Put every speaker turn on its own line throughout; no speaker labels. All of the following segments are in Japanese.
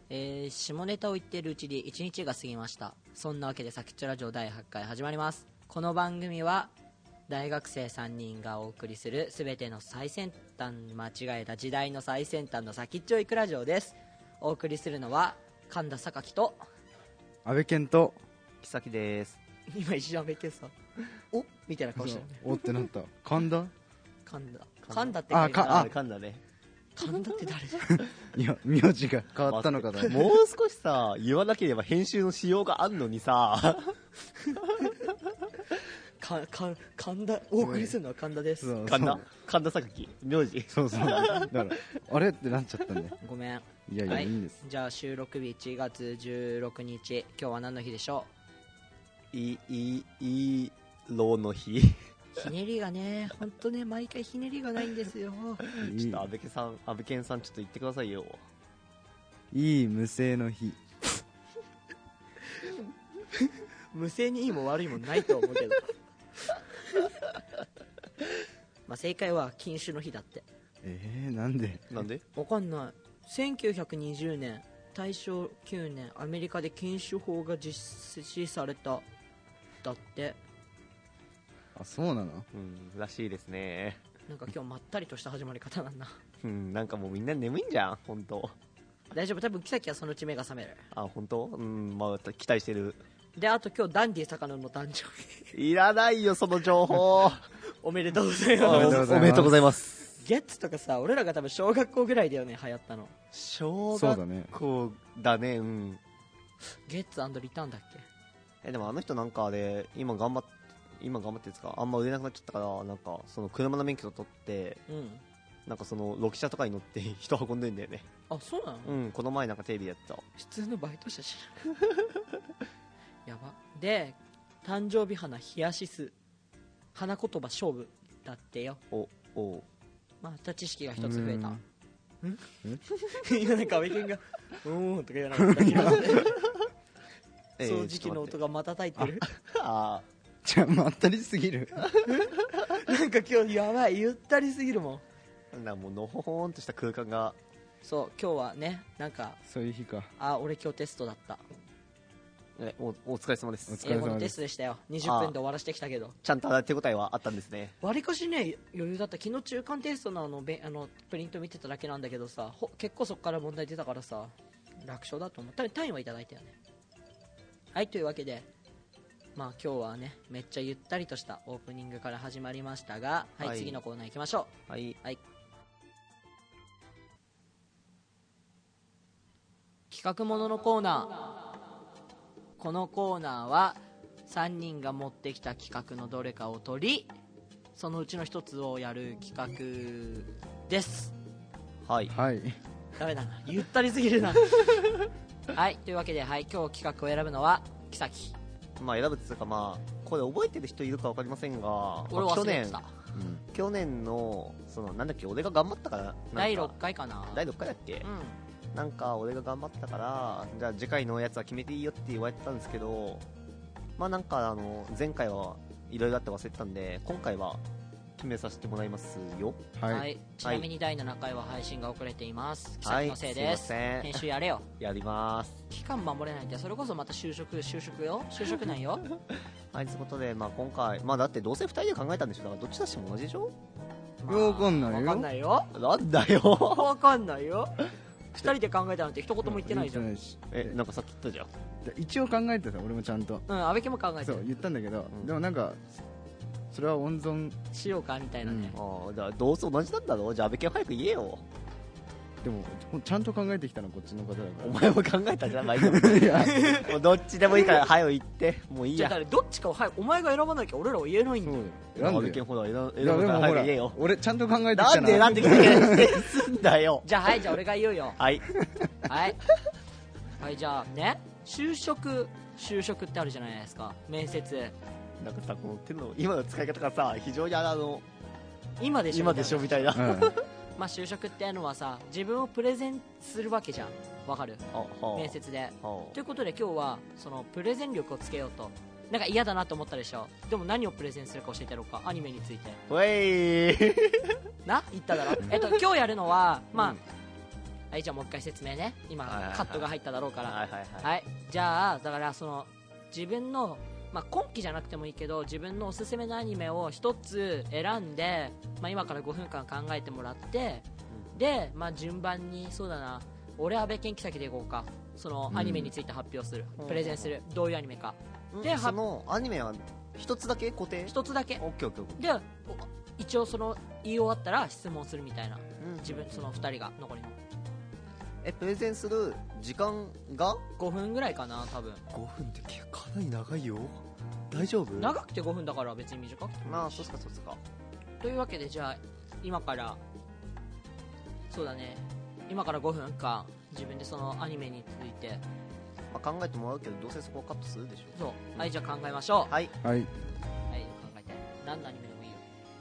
下ネタを言っているうちに1日が過ぎました。そんなわけでさきっちょラジオ第8回始まります。この番組は大学生3人がお送りするすべての最先端間違えた時代の最先端の先っちょ行くラジオです。お送りするのは神田榊と
安倍健と
木崎です。
今一瞬安倍健さんおみたいな顔したよね。
おってなった神田
神田って書いてある。
噛んだね。
神田って誰
いや名字が変わったのかと
もう少しさ言わなければ編集のしようがあんのにさ
神田お送りするのは神田です。
神田榊名字
そうだからあれってなっちゃったんで
ごめん。
いやいや、
はい、
いいんです。
じゃあ収録日1月16日今日は何の日でしょ
いろの日
う。ひねりがね本当ね毎回ひねりがないんですよ。
ちょっと安倍健さんちょっと言ってくださいよ。
いい無声の日
無声にいいも悪いもないと思うけどまあ正解は禁酒の日だって。
なんで
わかんない。1920年大正9年アメリカで禁酒法が実施されただって。
あ、そうなの。
らしいですね。
なんか今日まったりとした始まり方なんだ。
なんかもうみんな眠いんじゃん本当。
大丈夫、多分木崎はそのうち目が覚める。
あ、本当。まあ期待してる。
であと今日ダンディ坂野の誕生日
いらないよその情報
おめでとうございます。
おめでとうございます。
ゲッツとかさ俺らが多分小学校ぐらいだよね流行ったの。
小学校だね。
ゲッツ&リターンだっけ。
でもあの人なんかで今頑張ってですか、あんま売れなくなっちゃったから、なんかその車の免許を取って、なんかそのロキ車とかに乗って人運んでんだよね。
あ、そうなの。こ
の前なんかテレビでやってた。
普通のバイト者知らんやば。で誕生日花ヒヤシス花言葉勝負だってよ。また知識が一つ増えた。今なんか安倍健がとか言わなかった掃除機の音がまたたいてる。
じゃあまったりすぎる
なんか今日やばいゆったりすぎるもん。
なんかもうのほほんとした空間が。
そう今日はねなんか
そういう日か。
俺今日テストだった。
お疲れ様です。
英語のテストでしたよ。20分で終わらせてきたけど
ちゃんと手応えはあったんですね。
わりかしね余裕だった。昨日中間テストのプリント見てただけなんだけどさ結構そこから問題出たからさ楽勝だと思った。単位はいただいたよね。はいというわけでまあ今日はねめっちゃゆったりとしたオープニングから始まりましたが、はい、次のコーナー行きましょう。はい、企画もののコーナー。このコーナーは3人が持ってきた企画のどれかを取りそのうちの1つをやる企画です。
はい
ダメだなゆったりすぎるなはいというわけで、はい、今日企画を選ぶのは木崎。
まあ選ぶっていうかまあこれ覚えてる人いるか分かりませんが、
俺忘れてた。
去年のそのなんだっけ俺が頑張ったから
第6回かな。
第6回だっけ。なんか俺が頑張ったからじゃあ次回のやつは決めていいよって言われてたんですけど、まあなんか前回はいろいろあって忘れてたんで今回は決めさせてもらいますよ。
はい、ちなみに第7回は配信が遅れています。木崎のせいです。編集やれよ。
やります。
期間守れないってそれこそまた就職なんよ
はいということで、まあ今回だってどうせ2人で考えたんでしょ。だからどっちだしても同じでしょ。
わかんないよ。
なんだよ
わかんないよ2人で考えたなんて一言も言ってないじゃん。
なんかさっき言ったじゃん。
一応考えてた俺もちゃんと。
安倍家も考えて
そう言ったんだけど、でもなんかそれは温存
しようかみたいなね。
だからどうせ同じなんだろう。じゃあ安倍家早く言えよ。
でもちゃんと考えてきたのこっちの方だから。
お前も考えたじゃん。もうどっちでもいいから早く言ってもういいや。
じゃあどっちかをお前が選ばなきゃ俺らは言えないんだよ。
安倍家ほら選ぶから早く言えよ。
俺ちゃんと考えてきたな。
なんできなきゃすんだよ。
じゃあじゃあ俺が言うよ。
はい
じゃあね就職ってあるじゃないですか。面接
なんかさこの手の今の使い方がさ非常に
今でしょ
みたいな
まあ就職っていうのはさ自分をプレゼンするわけじゃん。わかる？面接で。ということで今日はそのプレゼン力をつけようと。なんか嫌だなと思ったでしょ。でも何をプレゼンするか教えてやろうか。アニメについて
ウェイ
言っただろ今日やるのははい、じゃあもう一回説明ね。今、
はいはいはい
カットが入っただろうから。
はいはいはい。
はい、じゃあだからその自分の、今期じゃなくてもいいけど自分のおすすめのアニメを一つ選んで、今から5分間考えてもらって、で、順番にそうだな、俺阿部研究先でいこうか。そのアニメについて発表する、プレゼンする、どういうアニメか。で
そのアニメは一つだけ固定？
一つだけ
オッケーオッケーオッケ
で、一応その言い終わったら質問するみたいな、
ー。
自分その2人が残りの
プレゼンする時間が
5分ぐらいかな多分。
5分ってかなり長いよ。大丈夫？
長くて5分だから別に短くてもいいし。
まあそうっすかそうっすか。
というわけで、じゃあ今からそうだね、今から5分間自分でそのアニメについて、
考えてもらうけどどうせそこはカットするでしょ。
そう、はい、じゃあ考えましょう。
はい。
はい。
はい、考えて、何のアニメでもいいよ。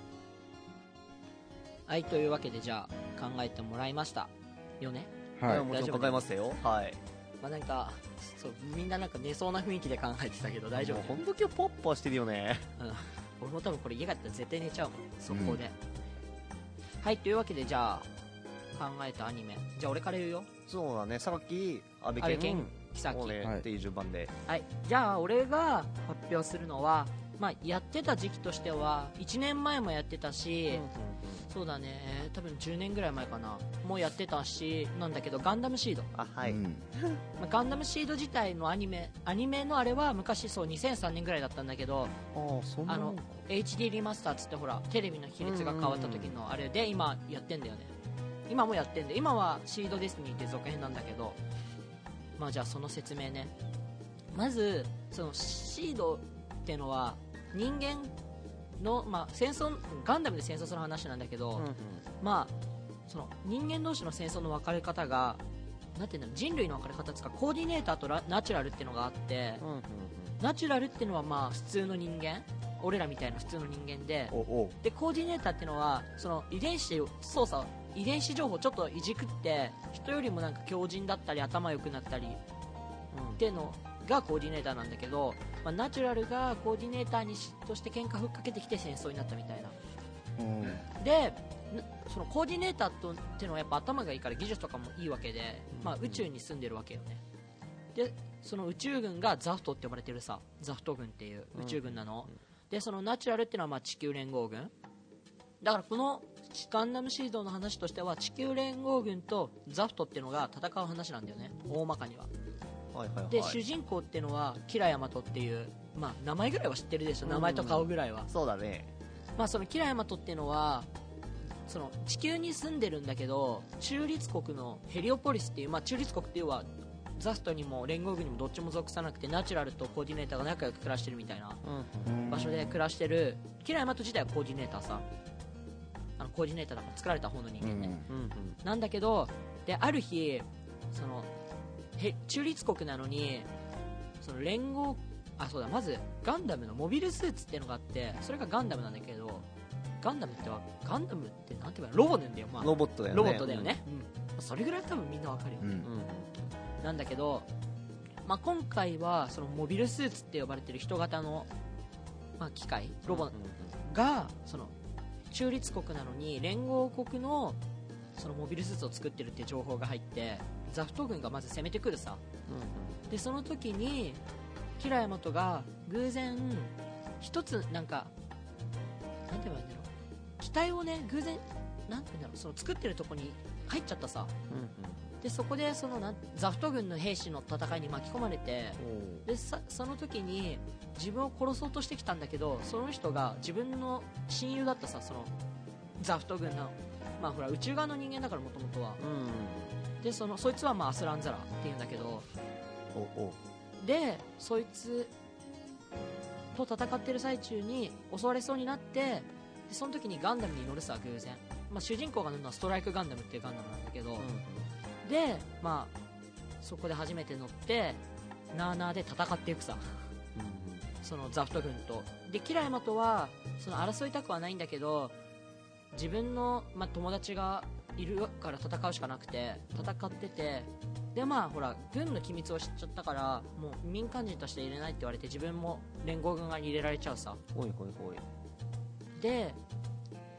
はい、というわけでじゃあ考えてもらいましたよね。
はい。
もちろん考えますよ。はい。
なんかそう、みんななんか寝そうな雰囲気で考えてたけど大丈夫？
本当今日ポッポしてるよね。
俺も多分これ家帰ったら絶対寝ちゃうもん、速攻で。はい、というわけでじゃあ考えたアニメ、じゃあ俺から言うよ。
そうだね。榊、阿部
阿部健、
木
妃
俺っていう順番で。
はい、じゃあ俺が発表するのは、やってた時期としては1年前もやってたし、そうだね、多分10年ぐらい前かな、もうやってたしなんだけど、ガンダムシード。
はい。
ガンダムシード自体のアニメのあれは昔、そう2003年ぐらいだったんだけど、
そんなの
HD リマスターっつってほらテレビの比率が変わった時のあれで今やってんだよね。今もやってんで、今はシードデスティニーって続編なんだけど、じゃあその説明ね。まずそのシードってのは人間の、戦争、ガンダムで戦争する話なんだけど、その人間同士の戦争の分かれ方がなんていうの、人類の分かれ方ですか、コーディネーターとナチュラルっていうのがあって、ナチュラルっていうのは普通の人間、俺らみたいな普通の人間で、でコーディネーターっていうのはその遺伝子操作、遺伝子情報をちょっといじくって人よりもなんか強靭だったり頭良くなったりっていうのがコーディネーターなんだけど、ナチュラルがコーディネーターとして喧嘩ふっかけてきて戦争になったみたいな。でそのコーディネーターっていうのはやっぱ頭がいいから技術とかもいいわけで、宇宙に住んでるわけよね。でその宇宙軍がザフトって呼ばれてるさ、ザフト軍っていう宇宙軍なの、でそのナチュラルっていうのは地球連合軍だから、このガンダムシードの話としては地球連合軍とザフトっていうのが戦う話なんだよね、大まかには。で主人公っていうのはキラヤマトっていう、名前ぐらいは知ってるでしょ、名前と顔ぐらいは。
そうだね。
そのキラヤマトっていうのはその地球に住んでるんだけど、中立国のヘリオポリスっていう、中立国っていうのはザフトにも連合軍にもどっちも属さなくて、ナチュラルとコーディネーターが仲良く暮らしてるみたいな場所で暮らしてる。キラヤマト自体はコーディネーターさ、コーディネーターだから作られた方の人間ね、なんだけど、である日その中立国なのにその連合、そうだ、まずガンダムのモビルスーツっていうのがあって、それがガンダムなんだけど、ガンダムってなんていうかロボなんだよ、
ロボットだよね。
ロボットだよね、それぐらい多分みんなわかるよね、なんだけど、今回はそのモビルスーツって呼ばれてる人型の、機械ロボがその中立国なのに連合国のそのモビルスーツを作ってるっていう情報が入って、ザフト軍がまず攻めてくるさ、でその時にキラヤマトが偶然一つなんて言えばいいんだろう、機体をね偶然なんて言うんだろう、その作ってるとこに入っちゃったさ、でそこでそのザフト軍の兵士の戦いに巻き込まれて、でその時に自分を殺そうとしてきたんだけど、その人が自分の親友だったさ、そのザフト軍のほら宇宙側の人間だからもともとは、でそいつはアスランザラっていうんだけど、でそいつと戦ってる最中に襲われそうになって、でその時にガンダムに乗るさ、偶然、主人公が乗るのはストライクガンダムっていうガンダムなんだけど、でそこで初めて乗ってなーなーで戦っていくさ、そのザフト軍と。でキラヤマトはその争いたくはないんだけど、自分の、友達がいるから戦うしかなくて戦ってて、でほら軍の機密を知っちゃったから、もう民間人として入れないって言われて、自分も連合軍側に入れられちゃうさ。で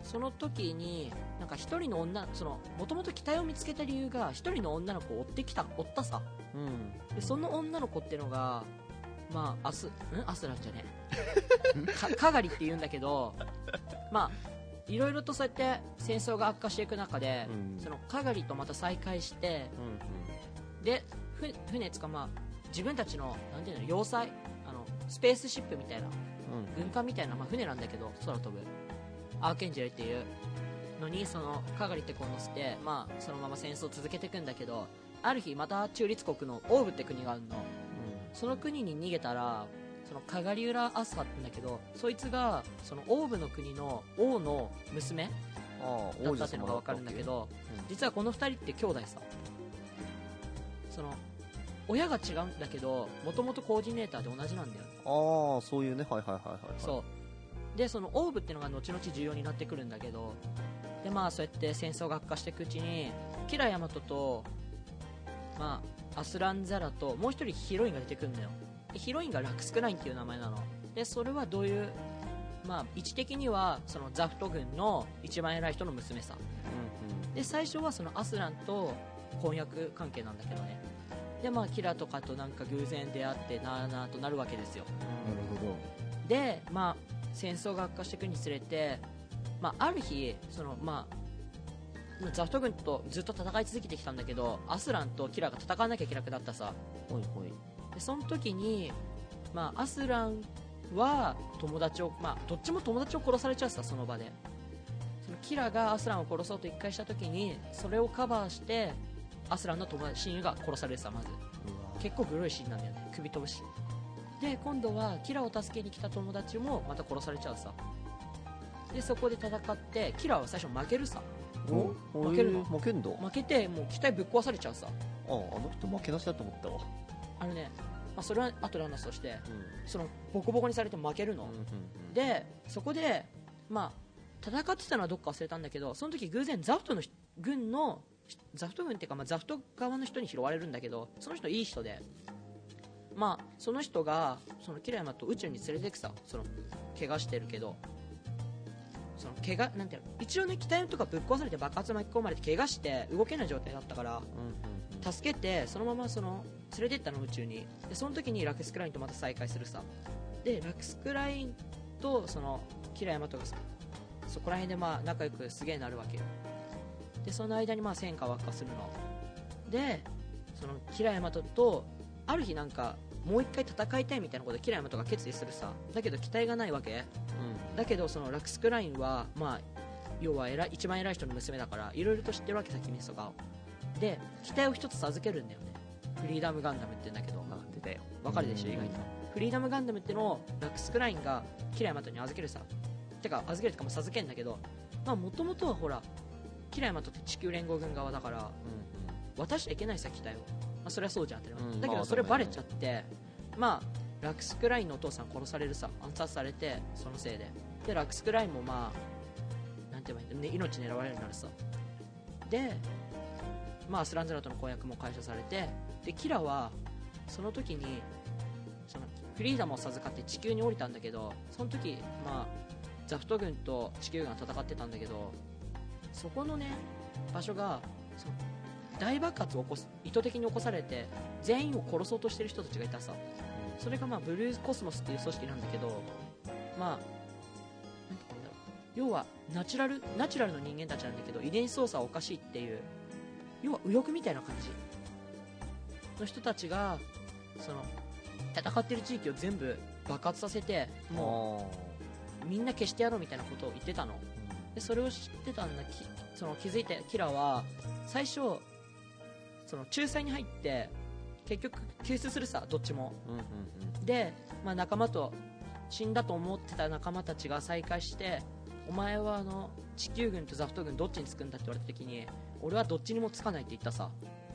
その時になんか一人の女、もともと機体を見つけた理由が一人の女の子を追ったさ。でその女の子ってのがまあアスランじゃねえかがりって言うんだけど、まあいろいろとそうやって戦争が悪化していく中で、そのかがりとまた再会して、で船つかまあ自分たちのなんていうの要塞、スペースシップみたいな、軍艦みたいな、まあ、船なんだけど空飛ぶアーケンジェルっていうのにそのかがりって子を乗せて、まあ、そのまま戦争を続けていくんだけど、ある日また中立国のオーブって国があるの、その国に逃げたらそのカガリウラ・アスハって言うんだけど、そいつがそのオーブの国の王の娘だったっていうのが分かるんだけど、実はこの2人って兄弟さ。その親が違うんだけどもともとコーディネーターで同じなんだよね。
ああ、そういうね。はいはいはいはい。
そうでそのオーブっていうのが後々重要になってくるんだけど、でまあそうやって戦争が悪化していくうちにキラヤマトと、まあ、アスランザラともう一人ヒロインが出てくるんだよ。でヒロインがラクスクラインっていう名前なので、それはどういう、まあ、位置的にはそのザフト軍の一番偉い人の娘さ、で最初はそのアスランと婚約関係なんだけどね。でまあキラとかとなんか偶然出会ってなあなあとなるわけですよ。
なるほど。
でまあ戦争が悪化していくにつれて、まあ、ある日その、まあ、ザフト軍とずっと戦い続けてきたんだけど、アスランとキラが戦わなきゃいけなくなったさ。
ほいほい。
でその時に、まあ、アスランは友達を、まあ、どっちも友達を殺されちゃうさ、その場で。そのキラがアスランを殺そうと一回した時にそれをカバーしてアスランの友達親友が殺されるさ。まず結構グロいシーンなんだよね、首飛ぶし。で今度はキラを助けに来た友達もまた殺されちゃうさ。でそこで戦ってキラは最初負けるさ。負けるの。
負けんだ。
負けてもう機体ぶっ壊されちゃうさ。
あの人負けなしだと思ったわ。
まあ、それは後で話すとして、そのボコボコにされて負けるの、でそこで、まあ、戦ってたのはどっか忘れたんだけど、その時偶然ザフト軍っていうか、まあ、ザフト側の人に拾われるんだけど、その人いい人で、まあ、その人がそのキラヤマと宇宙に連れてくさ。その怪我してるけど、その怪我なんていうの、一応ね機体とかぶっ壊されて爆発巻き込まれて怪我して動けない状態だったから、助けてそのままその連れてったの宇宙に。でその時にラクスクラインとまた再会するさ。でラクスクラインとそのキラヤマトがそこら辺でまあ仲良くすげえなるわけよ。でその間にまあ戦火悪化するので、そのキラヤマトとある日なんかもう一回戦いたいみたいなことでキラヤマトが決意するさ。だけど機体がないわけ、だけどそのラクスクラインはまあ要は一番偉い人の娘だからいろいろと知ってるわけさ、キミソが。で機体を一つ授けるんだよね。フリーダムガンダムって言うんだけど、
出たよ。
わかるでしょ、意外と。フリーダムガンダムってのをラクスクラインがキラヤマトに預けるさ。てか預けるとかも授けるんだけど、まあもともとはほらキラヤマトって地球連合軍側だから、渡しちゃいけないさ機体を、まあ、それはそうじゃんって、だけどそれバレちゃって、まあラクスクラインのお父さん殺されるさ。暗殺されて、そのせいでラクスクラインもまあなんて言えばいいんだ、ね、命狙われるようになるさ。でまあスランズラとの婚約も解消されて、でキラはその時にそのフリーダムを授かって地球に降りたんだけど、その時まあザフト軍と地球軍が戦ってたんだけど、そこのね場所がその大爆発を意図的に起こされて全員を殺そうとしてる人たちがいたさ。それがまあブルーコスモスっていう組織なんだけど、まあなんて言うんだろう、要はナチュラルの人間たちなんだけど、遺伝子操作はおかしいっていう、要は右翼みたいな感じの人たちがその戦ってる地域を全部爆発させて、もうみんな消してやろうみたいなことを言ってたの。でそれを知ってたんだ、その気づいてキラは最初その仲裁に入って結局救出するさ、どっちも。で、まあ、仲間と死んだと思ってた仲間たちが再会して、お前は地球軍とザフト軍どっちにつくんだって言われた時に、俺はどっちにもつかないって言ったさ。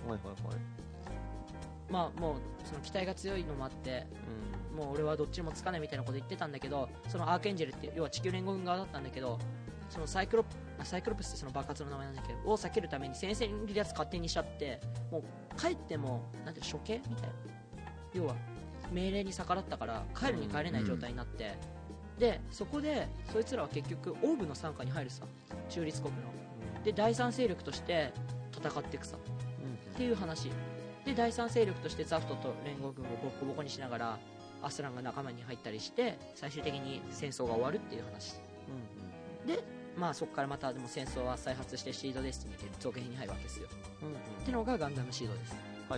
まあもうその期待が強いのもあって、もう俺はどっちにもつかないみたいなこと言ってたんだけど、そのアーケンジェルって要は地球連合軍側だったんだけど、そのサイクロプスってその爆発の名前なんだけどを避けるために先制離脱勝手にしちゃって、もう帰ってもなんていうの、処刑みたいな、要は命令に逆らったから帰るに帰れない状態になって、 でそこでそいつらは結局オーブの傘下に入るさ、中立国の。で第三勢力として戦っていくさっていう話で、第三勢力としてザフトと連合軍をボッコボコにしながらアスランが仲間に入ったりして最終的に戦争が終わるっていう話で、まあそこからまたでも戦争は再発してシードデスティニーって続編に入るわけですよ、ってのがガンダムシードです。
はい。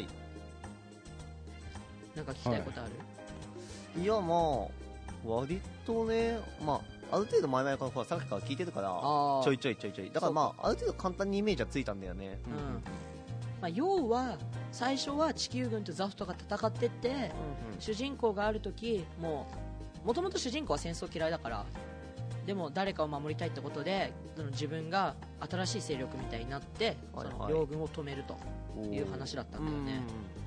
なんか聞きたいことある？
いや、まあ割とね、まあある程度前々からほらさっきから聞いてるからちょいちょいだから、まあある程度簡単にイメージはついたんだよね。
まあ、要は最初は地球軍とザフトが戦ってって、主人公がある時もともと主人公は戦争嫌いだから、でも誰かを守りたいってことで自分が新しい勢力みたいになって、その両軍を止めるという話だったんだよね。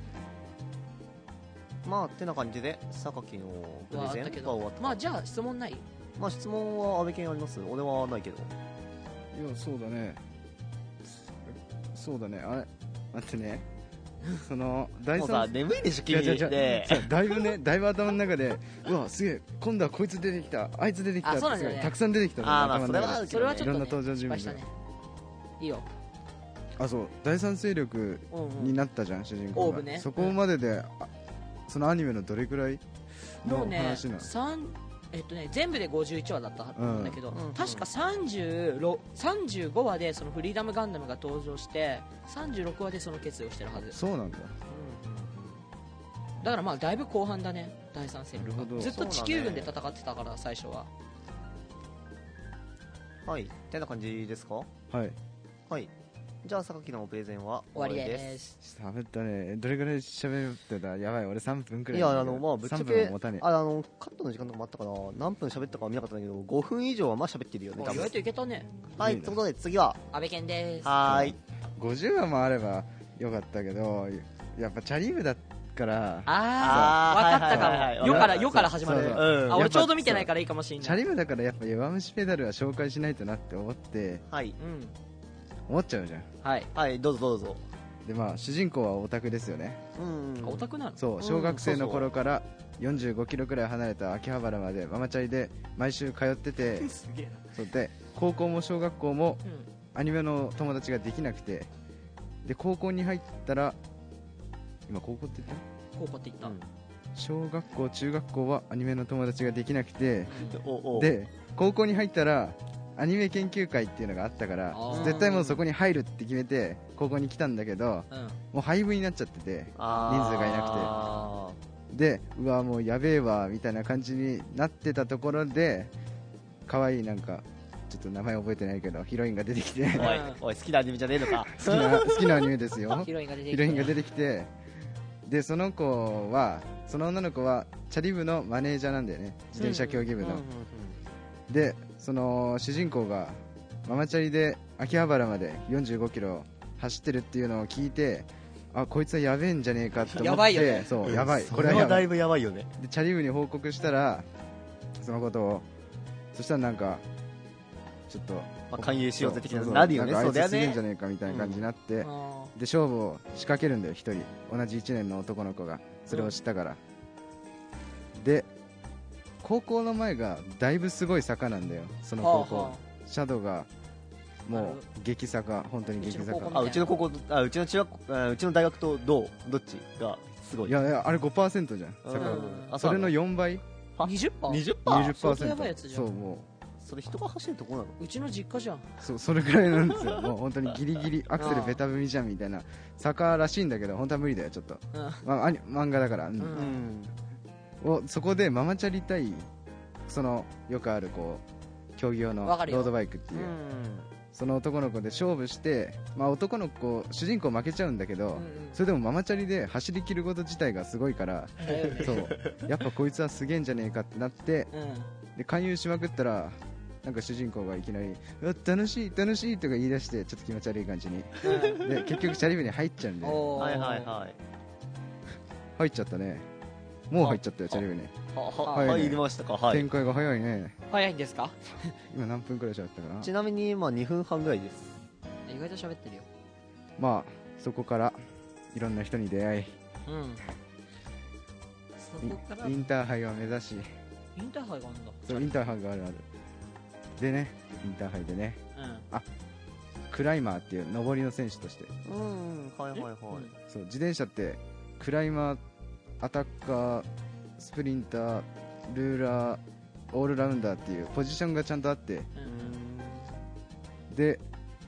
まあってな感じで榊のプレゼンは終わった。
まあじゃあ質問ない？
まあ質問は安倍健あります？俺はないけど。
いや、そうだね、あれ待ってね、その第
もうさ、眠いでしょ君
で、だいぶ頭の中でうわすげえ、今度はこいつ出てきた、あいつ出てきたって、ね、たくさん出てきたの。
まあそれはあるけどね、
それはちょっと、ね、
いろんな登場人物が、
いいよ。
あ、そう、第三勢力になったじゃん、主人公が、
ね、
そこまでで、そのアニメのどれくらいの話なの？
全部で51話だったんだけど、確か35話でそのフリーダムガンダムが登場して36話でその決意をしてるはず。
そうなんだ。
だからまあだいぶ後半だね、第三戦力。ずっと地球軍で戦ってたから最初は。
はい、ってな感じですか？
はい
はい。じゃあ榊のプレゼンは
終わりです。
喋ったね。どれくらい喋ってた？やばい、俺3分くらい。
いや、まあぶっちゃけ
カッ
トの時間とかもあったから何分喋ったかは見なかったんだけど、5分以上はまあ喋ってるよね。
意外といけたね。
はい、ということで次は
安倍健です。
はーい。
50話もあればよかったけど、やっぱチャリブだから。
分かったかも。よから始まる。俺ちょうど見てないからいいかもしれない。
チャリブだからやっぱ弱虫ペダルは紹介しないとなって思って、
はい、
思っちゃうじゃん。
はい、どうぞ。
で、まあ主人公はオタクですよね。
オタクなの？
そう、小学生の頃から45キロくらい離れた秋葉原までママチャリで毎週通ってて
すげえな。
そうで、高校も小学校もアニメの友達ができなくて、で高校に入ったら、今高校って言った？
高校って言った。
小学校中学校はアニメの友達ができなくて、で高校に入ったらアニメ研究会っていうのがあったから、絶対もうそこに入るって決めて高校に来たんだけど、もう廃部になっちゃってて、人数がいなくて、でうわもうやべえわみたいな感じになってたところで、可愛いなんかちょっと名前覚えてないけどヒロインが出てきて
おい好きなアニメじゃねえのか。
好きなアニメですよ。
ヒロインが
出てきて、でその女の子はチャリ部のマネージャーなんだよね、自転車競技部の。でその主人公がママチャリで秋葉原まで45キロ走ってるっていうのを聞いて、あ、こいつはやべえんじゃねえかって思って、
やばいよね。
そう、やばい、
これはだいぶやばいよね。
でチャリ部に報告したら、そのことを、そしたらなんかちょっと、
勧誘しようぜ的ななるよね。
そうだよね、あいつすげえんじゃねえかみたいな感じになって、で勝負を仕掛けるんだよ、一人同じ1年の男の子がそれを知ったから。で高校の前がだいぶすごい坂なんだよ、その高校。シャドウがもう激坂、本当に激坂。
うちの高校、うちの中学、うちの大学とどっちがすごい？
いやあれ 5% じゃん、坂。それの4倍。
20%？ やばいやつじゃん。
そう、もう
それ人が走るとこなの？
うちの実家じゃん。
それくらいなんですよ。もう本当にギリギリアクセルベタ踏みじゃんみたいな坂らしいんだけど、本当は無理だよ、ちょっと。漫画だから。そこでママチャリ対そのよくあるこう競技用のロードバイクっていう、その男の子で勝負して、男の子主人公負けちゃうんだけど、それでもママチャリで走り切ること自体がすごいから、そうやっぱこいつはすげえんじゃねえかってなって、で勧誘しまくったら、なんか主人公がいきなり楽しい楽しいとか言い出して、ちょっと気持ち悪い感じに、で結局チャリ部に入っちゃうんで、入っちゃったね。もう入っちゃったよ、チャリ部に。
入りましたか。
展開が早いね。
早いんですか？
今何分くらい喋ったかな。
ちなみに2分半ぐらいです。
意外と喋ってるよ。
そこからいろんな人に出会い、
そこから
インターハイを目指し、
インターハイがあるんだ。
そうインターハイがあるでね、インターハイでね、クライマーっていう上りの選手として、
はいはいはい、
そう自転車ってクライマー、アタッカー、スプリンター、ルーラー、オールラウンダーっていうポジションがちゃんとあって、で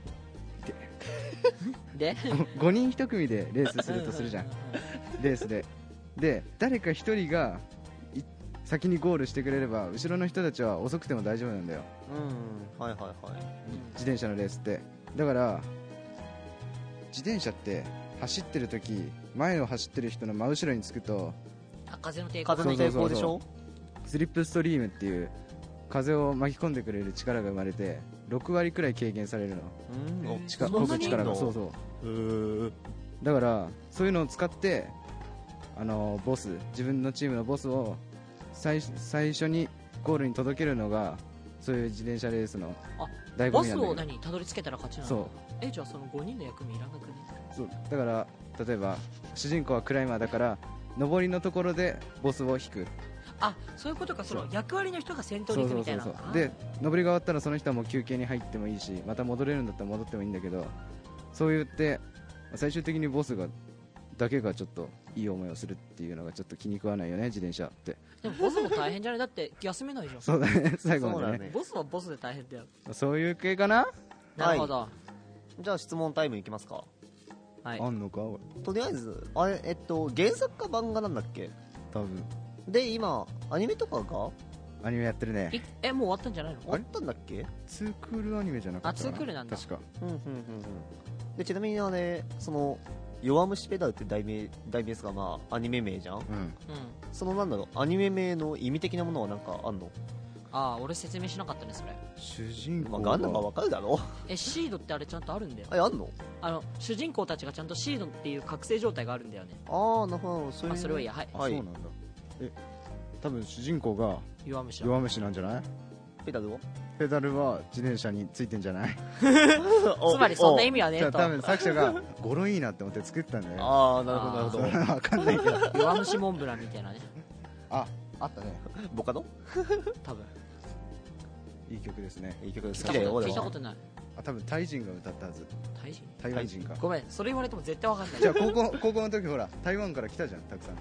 5人1組でレースするとするじゃんレースで誰か1人が先にゴールしてくれれば後ろの人たちは遅くても大丈夫なんだよ。
はいはいはい。
自転車のレースってだから自転車って走ってる時前を走ってる人の真後ろにつくと
風の抵
抗でしょ。
スリップストリームっていう風を巻き込んでくれる力が生まれて6割くらい軽減されるの。こぐ力がそうだからそういうのを使ってボス、自分のチームのボスを最初にゴールに届けるのがそういう自転車レースの醍醐味なんだけど、
ボスをたどり着けたら勝ちなの。そうじゃあその5人の役目いらなくね。
そうだから例えば主人公はクライマーだから上りのところでボスを引く。
そういうことか。その役割の人が先頭に行くみたいな。
で上りが終わったらその人はもう休憩に入ってもいいしまた戻れるんだったら戻ってもいいんだけど、そう言って最終的にボスだけがちょっといい思いをするっていうのがちょっと気に食わないよね自転車って。
でもボスも大変じゃない？だって休めないじゃん。
そうだね、最後までね。
ボスはボスで大変だよ。
そういう系かな。
なるほど、
じゃあ質問タイムいきますか。
あんのか。
とりあえず原作か漫画なんだっけ
多分
で。今アニメとかが
アニメやってるね。
もう終わったんじゃないの？
終わったんだっけ。
2クールアニメじゃなかったかな。
2クールなんだ
確か。
でちなみにその弱虫ペダルって題名ですが、アニメ名じゃん。そのなんだろう、アニメ名の意味的なものはなんかあんの？
俺説明しなかったねそれ。
主人公ガンダムはわかるだろ。
シードってあれちゃんとあるんだよ。
あんの？
主人公たちがちゃんとシードっていう覚醒状態があるんだよね。
なるほど。そ
れはいいや。はい。
そうなんだ。多分主人公が弱虫なんじゃない？
ペダル
は自転車についてんじゃない？
つまりそんな意味はねえと。
多分作者が語呂いいなって思って作ったんだよ。
なるほど
分かんないけど。
弱虫モンブランみたいなね。
あったね。
ボカド？
多分
いい曲ですね。
いい曲です。好きだよ。
聞いたことない。
多分タイ人が歌ったはず。台湾人か。
ごめん、それ言われても絶対わかんない。
じゃあ高校の時ほら台湾から来たじゃん、たくさん。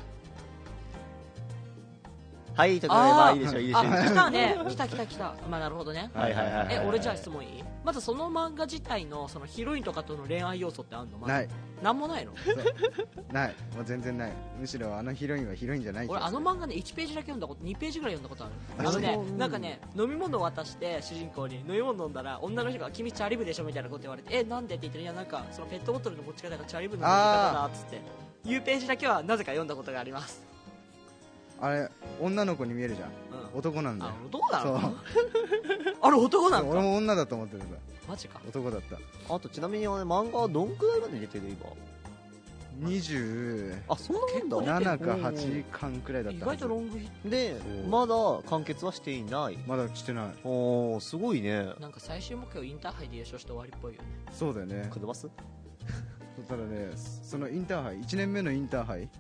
はい、ということで、いいでしょう、いいでしょう。
来たね。来た。なるほどね。俺じゃあ質問いい？まずその漫画自体のそのヒロインとかとの恋愛要素ってあんの？
ない。
なんもないの？
ない。もう全然ない。むしろヒロインはヒロインじゃない。
俺漫画ね1ページだけ読んだこと、2ページぐらい読んだことある。なんかね、飲み物を渡して主人公に飲み物飲んだら女の人が君チャリブでしょみたいなこと言われて、なんでって言って、いやなんかそのペットボトルの持ち方がチャリブの持ち方だっつっていうページだけはなぜか読んだことがあります。
あれ女の子に見えるじゃん。男なんだよ。
男なの？あれ男なんだ。
俺も女だと思ってるんだ。
マジか。
男だった。
あとちなみに漫画はどんくらいまで出てる今
？20。
そんなもん
だ。7か8巻くらいだった。
意外とロングヒット
で、まだ完結はしていない。
まだしてない。
すごいね。
なんか最終目標インターハイで優勝して終わりっぽいよね。
そうだよね。
クドバス？
ただね、そのインターハイ、1年目のインターハイ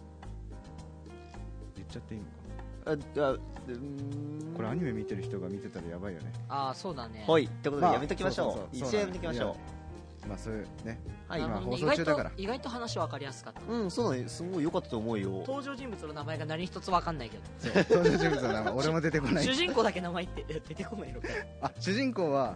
言っちゃっていいのか。これアニメ見てる人が見てたらやばいよね。
そうだね。
はい、ってことでやめときましょう。一応やめときましょ
う。そういうね。
今
放送中だから。
意外と話分かりやすかった。
そうだね。すごい良かったと思うよ。
登場人物の名前が何一つ分かんないけど。
登場人物の名前俺も出てこない。
主人公だけ名前って出てこないのか。
主人公は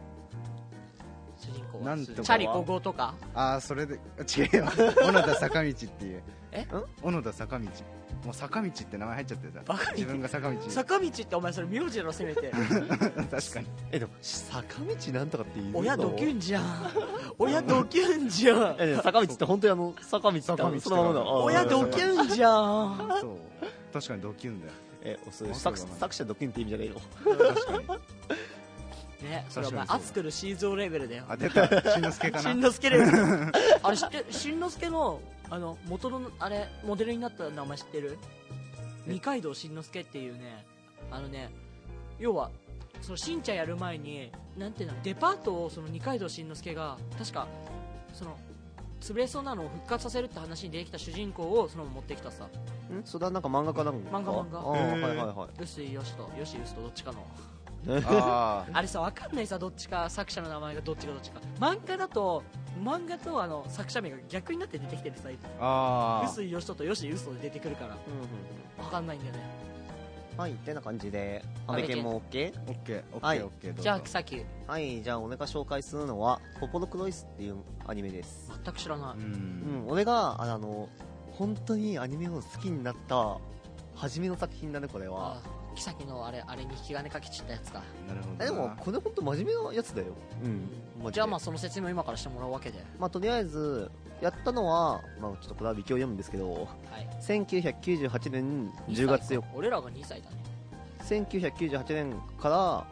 なんとかチャリ5号とか。
それで違うよ。小野田坂道っていう。小野田坂道。もう坂道って名前入っちゃってさ。自分が坂道。
坂道ってお前それ名字だろせめて。
確かに。
でも坂道なんとかって言うの？
親ドキュンじゃん。親ドキュンじゃん。
坂道って本当に坂道ってそのままだ。
親ドキュンじゃん。
そう。確かにドキュンだよ。
作者ドキュンって意味じゃないの？
確かに。
ね、それお前熱くるシーゾーレベルだよ。
出た。しんのすけかな。
しんのすけレベル。あれ知ってる？しんのすけの元のモデルになった名前知ってる？二階堂しんのすけっていうね、要はそのしんちゃんやる前になんていうの、デパートをその二階堂しんのすけが確かその潰れそうなのを復活させるって話に出てきた主人公をそのまま持ってきたさ。
それはなんか漫画かなんか。
漫画
ああ、はいはいは
臼井よしとよしうすとどっちかの
あ
あれさ、分かんないさ、どっちか作者の名前がどっちか漫画だと漫画と作者名が逆になって出てきてるさ、
あ
臼井よしととよしうすとで出てくるから分かんないんだよね。
はい、ってな感じで、安倍健も OK？
オッケーオ
はい
ッケーオッケー、どうぞ。
じゃあさっき
はい、じゃあ俺が紹介するのはポポロクロイスっていうアニメです。
全く知らない。
俺が本当にアニメを好きになった初めの作品だね、これは。
キサキのあれに引き金かけちったやつか。
なるほど。
でもこれ本当真面目なやつだよ。
じゃあまあその説明を今からしてもらうわけで、
とりあえずやったのは、ちょっとこれはウィキを読むんですけど、
はい、
1998年10月4日、
俺らが2歳だね。
1998年から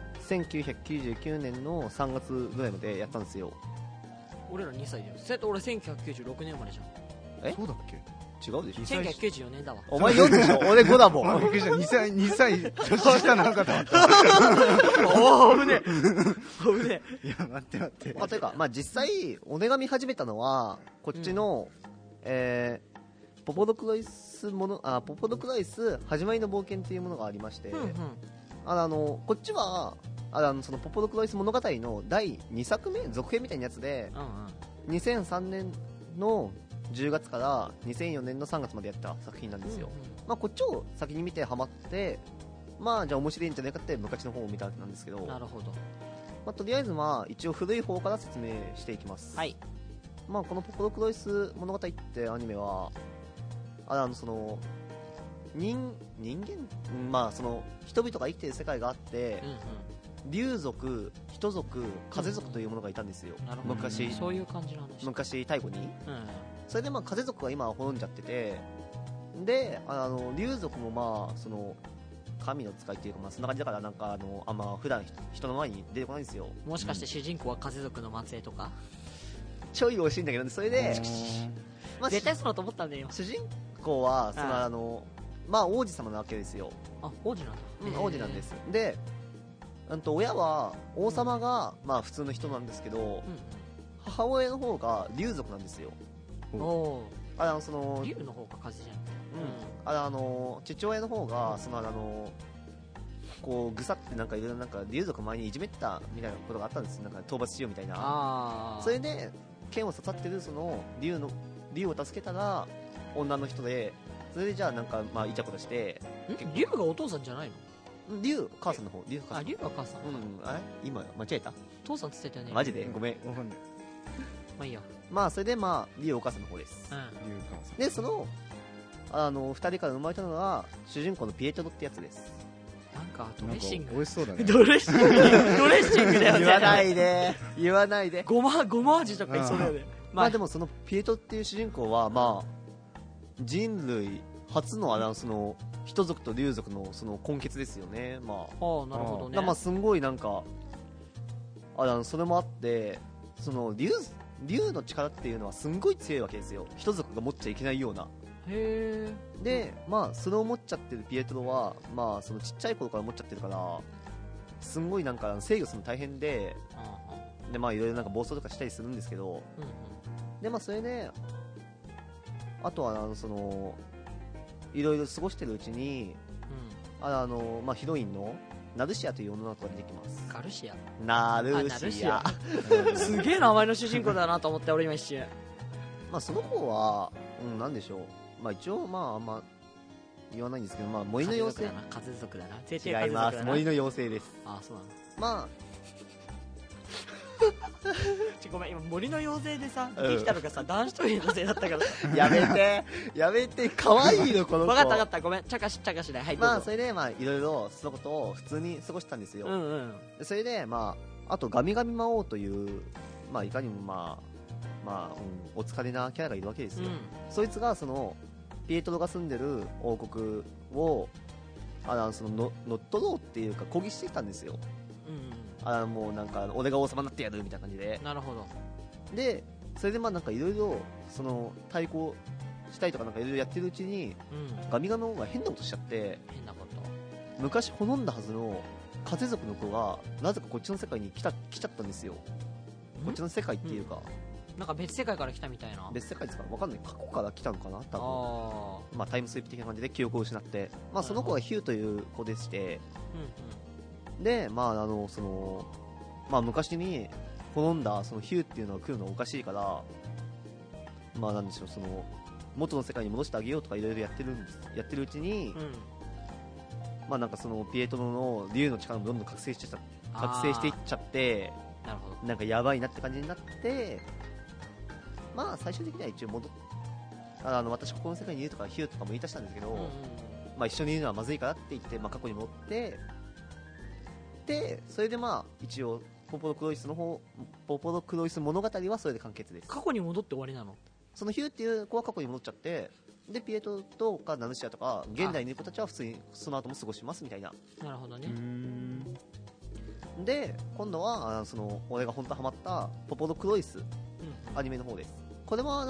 1999年の3月ぐらいまでやったんですよ。
俺ら2歳だよ。それと俺1996年生まれじゃん。
そうだっけ。
違うでしょ。
1994年だわ。
お前4でしょ。俺5だもん。
びっくりした。2歳年下なのかと思った。
おお、危ねえ危ね
いや、待って
というか、実際俺が見始めたのはこっちの、ポポロクロイス始まりの冒険というものがありまして、こっちはそのポポロクロイス物語の第2作目続編みたいなやつで、2003年の10月から2004年の3月までやった作品なんですよ。こっちを先に見てハマって、じゃあ面白いんじゃないかって昔の方を見たわけなんですけど、
なるほど。
とりあえず一応古い方から説明していきます。
はい。
このポポロクロイス物語ってアニメはその人間、その人々が生きている世界があって、竜族、人族、風族というものがいたんですよ。昔、
そういう感じなんです。
昔太古に。それで風族が今は滅んじゃってて、で竜族もその神の使いっていうか、そんな感じだから、なんかあんま普段人の前に出てこないんですよ。
もしかして主人公は風族の末裔とか？
ちょい惜しいんだけどね。それで
絶対そうだと思ったんだよ。
主人公はその王子様なわけですよ。
王子なんだ。
王子なんです。で親は王様が普通の人なんですけど、母親の方が竜族なんですよ。その
竜の方が風じゃん。
父親の方がこうぐさってなんかいろいろ竜族前にいじめたみたいなことがあったんですよ。なんか討伐しようみたいな。それで剣を刺さってるその竜を助けたら女の人で、それでじゃあなんかイチャコラして。
竜がお父さんじゃないの？
竜母さんの方。竜
が母さん。
あれ今間違えた？
父さんって言ってたよね。
マジでごめん。
いいや。
それで竜お母さんの方です。でその2人から生まれたのが主人公のピエトロってやつです。
なんかドレッシング。
美味しそうだね。
ドレッシングだよね。
言わないで。
ごま味とかいそうだよね。
でもそのピエトロっていう主人公は人類初のその人族と竜族のその根血ですよね。なる
ほどね。
すんごいなんかそれもあって、その竜の力っていうのはすんごい強いわけですよ。人族が持っちゃいけないような。でそれを持っちゃってるピエトロはそのちっちゃい頃から持っちゃってるから、すんごいなんか制御するの大変で、いろいろなんか暴走とかしたりするんですけど、でそれであとはそのいろいろ過ごしてるうちに、ヒロインのナルシアという女の子が出てきます。
ガルシア。
ナルシア。
すげえ名前の主人公だなと思って俺今一瞬。
その子はなんでしょう。一応あんま言わないんですけど、森の妖精。
風族だな。
違います。森の妖精です。
そうなの。ごめん、今森の妖精でさできたのがさ、男子トイレの妖精だったから
やめて可愛いのこの子。
分かったごめん、ちゃかしで。はい、
それでいろいろそのことを普通に過ごしたんですよ。それであとガミガミ魔王といういかにもお疲れなキャラがいるわけですよ。そいつがそのピエトロが住んでる王国をその乗っ取ろうっていうか攻撃してきたんですよ。もうなんか俺が王様になってやるみたいな感じで。
なるほど。
でそれでなんかいろいろその対抗したりとかなんかいろいろやってるうちに、ガミガミ王が変なことしちゃって、昔滅んだはずの風族の子がなぜかこっちの世界に来ちゃったんですよ。こっちの世界っていうか
なんか別世界から来たみたいな。
別世界ですかわかんない。過去から来たのかな多分。まあタイムスリップ的な感じで記憶を失って、まあその子はヒューという子でして、で、まあまあ昔に好んだそのヒューっていうのが来るのはおかしいから、まあなんでしょう、元の世界に戻してあげようとかいろいろやってるうちに、まあなんかそのピエトロの竜の力もどんどん覚醒していっちゃって、
なるほど。
なんかやばいなって感じになって、まあ最終的には一応私ここの世界にいるとかヒューとかも言い出したんですけど、まあ一緒にいるのはまずいからって言って、まあ過去に戻って、で、それでまあ一応ポポロクロイス物語はそれで完結です。
過去に戻って終わりなの？
そのヒューっていう子は過去に戻っちゃって、でピエトロとかナルシアとか現代にいる子たちは普通にその後も過ごしますみたいな。
なるほどね。
で今度は俺が本当ハマったポポロクロイス、アニメの方です。これは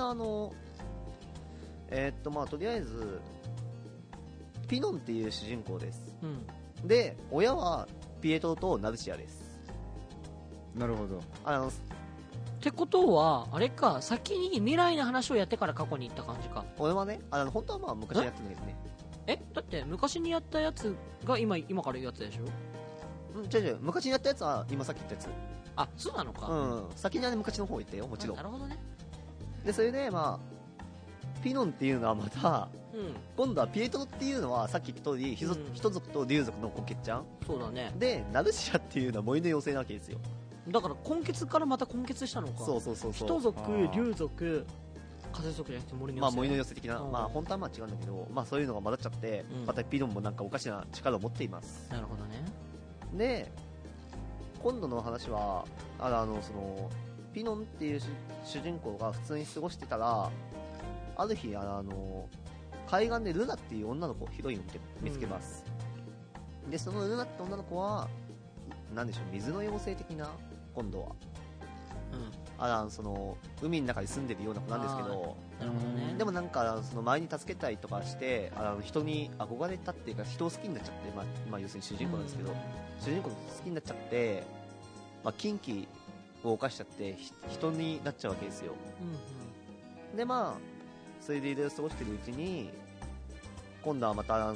まあとりあえずピノンっていう主人公です、で親はピエトロとナルシアです。
なるほど。
ってことはあれか、先に未来の話をやってから過去に行った感じか。
俺はね、本当はまあ昔やってんだけどね。
だって昔にやったやつが今から言うやつでしょ。
違う昔にやったやつは今さっき言ったやつ。
あ、そうなのか。
先に昔の方行ったよ、もちろん。
なるほどね。
でそれでまあピノンっていうのはまた、今度はピエトロっていうのはさっき言った通り、人族と竜族のコケッちゃん。
そうだね。
でナルシアっていうのは燃えの妖精なわけですよ。
だから根血からまた根血したのか。
そう
人族、竜族、風族じゃなくて森の妖精。
まあ森の妖精的な、まあ本当はまあ違うんだけど、まあそういうのが混ざっちゃって、またピノンもなんかおかしな力を持っています。
なるほどね。
で今度の話はピノンっていう主人公が普通に過ごしてたら、ある日海岸でルナっていう女の子、ヒロインを見つけます、でそのルナって女の子はなんでしょう、水の妖精的な、今度は、海の中に住んでるような子なんですけど、
なるほどね。
でもなんか周りに助けたりとかして人に憧れたっていうか、人を好きになっちゃって、まあ要するに主人公なんですけど、主人公好きになっちゃって、まあ、禁忌を犯しちゃって人になっちゃうわけですよ、でまあそれでいろいろ過ごしてるうちに、今度はまた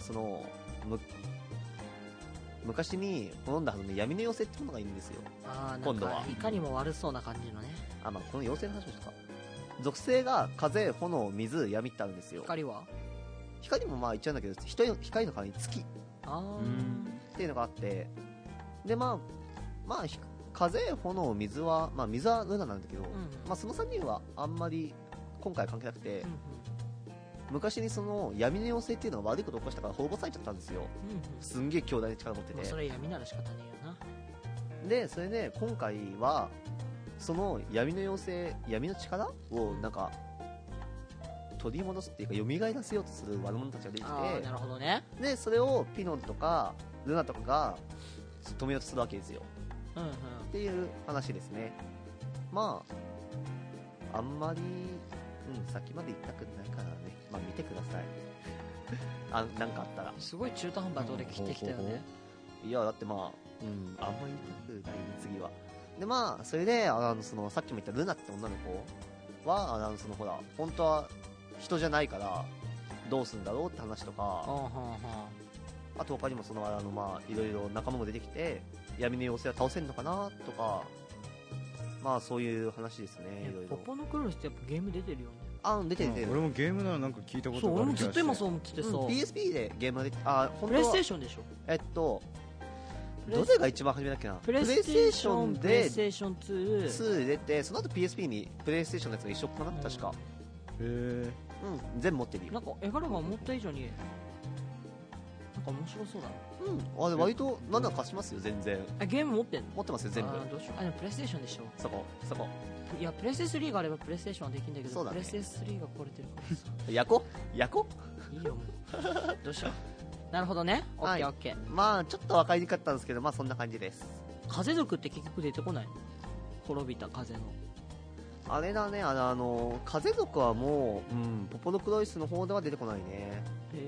昔に好んだはずの闇の妖精ってものがいるんですよ。今度はい
かにも悪そうな感じのね。
まあこの妖精の話ですか。属性が風、炎、水、闇ってあるんですよ。
光は？
光もまあ一応なんだけど、光の代わりに月っていうのがあって、でまあ風、炎、水は、まあ水はルナなんだけど、まあその3人はあんまり今回関係なくて、昔にその闇の妖精っていうのが悪いことを起こしたから滅ぼされちゃったんですよ、すんげえ強大な力持ってて、
それ闇なら仕方ねえよな。
でそれで今回はその闇の妖精、闇の力をなんか取り戻すっていうか蘇らせようとする悪者たちが出てきて、
なるほどね。
でそれをピノンとかルナとかが止めようとするわけですよ、っていう話ですね。まああんまり先まで言いたくないからね、まあ見てくださいなんかあったら。
すごい中途半端で俺切ってきたよね。
いやだってまああんま言いたくないね、次は。でまあそれでさっきも言ったルナって女の子はほら本当は人じゃないからどうするんだろうって話とか、あと他にもまあいろいろ仲間も出てきて闇の妖精は倒せるのかなとか、まあそういう話ですね。いろいろ。
ポポのクロスってやっぱゲーム出てるよね。
出てる、
俺もゲームならなんか聞いたことがある気がして。そう、俺も
ずっと今そう思っててさ、
PSP でゲームが出て、
プレイステーションでしょ。
どれが一番初めだっけな。
プレイステーションでプレイステーション
2出て、その後 PSP にプレイステーションのやつが一緒かな、確か。全部持ってるよ。
なんか絵柄が思った以上になんか面白そうだな。
あれ割となんだか貸しますよ、全然。
ゲーム持ってんの？
持ってますよ、全部。
どうしよう。でもプレイステーションでしょ。
そこ
いやプレイステ3があればプレイステーションはできるんだけど、
そうだね、
プレイステ3が壊れてるからさ
焼こ
いいよもうどうしよう。なるほどね。オッケーオッケー。
まあちょっと分かりにくかったんですけど、まあそんな感じです。
風族って結局出てこないの？滅びた風の
あれだね、風族はもう、ポポロクロイスの方では出てこないね。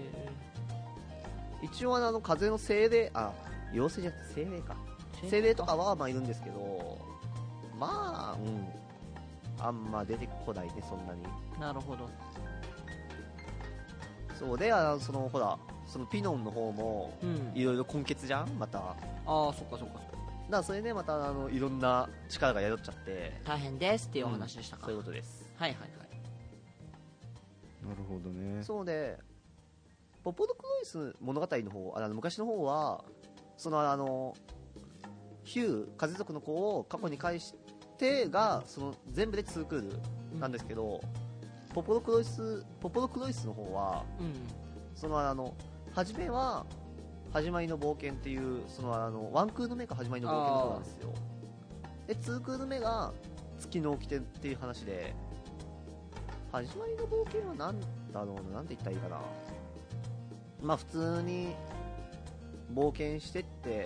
一応風の精霊、妖精じゃなくて精霊か、精霊とかはまあいるんですけど、まああんま出てこないね、そんなに。
なるほど。
そうで、ほら、そのピノンの方もいろいろ根血じゃん、また。
ああ、そっかそっかそっか。
だからそれでまたいろんな力が宿っちゃって
大変ですっていうお話でしたか。
そういうことです。
はいはいはい。
なるほどね。
そうで、ポポドクロイス物語の方、昔の方はそのヒュー風族の子を過去に返してがその全部で2クールなんですけど、ポポドクロイスの方は、その初めは始まりの冒険っていうそのワンクール目が始まりの冒険の方なんですよ。で2クール目が月の掟っていう話で、始まりの冒険は何だろうな、なんて言ったらいいかな。まあ普通に冒険してって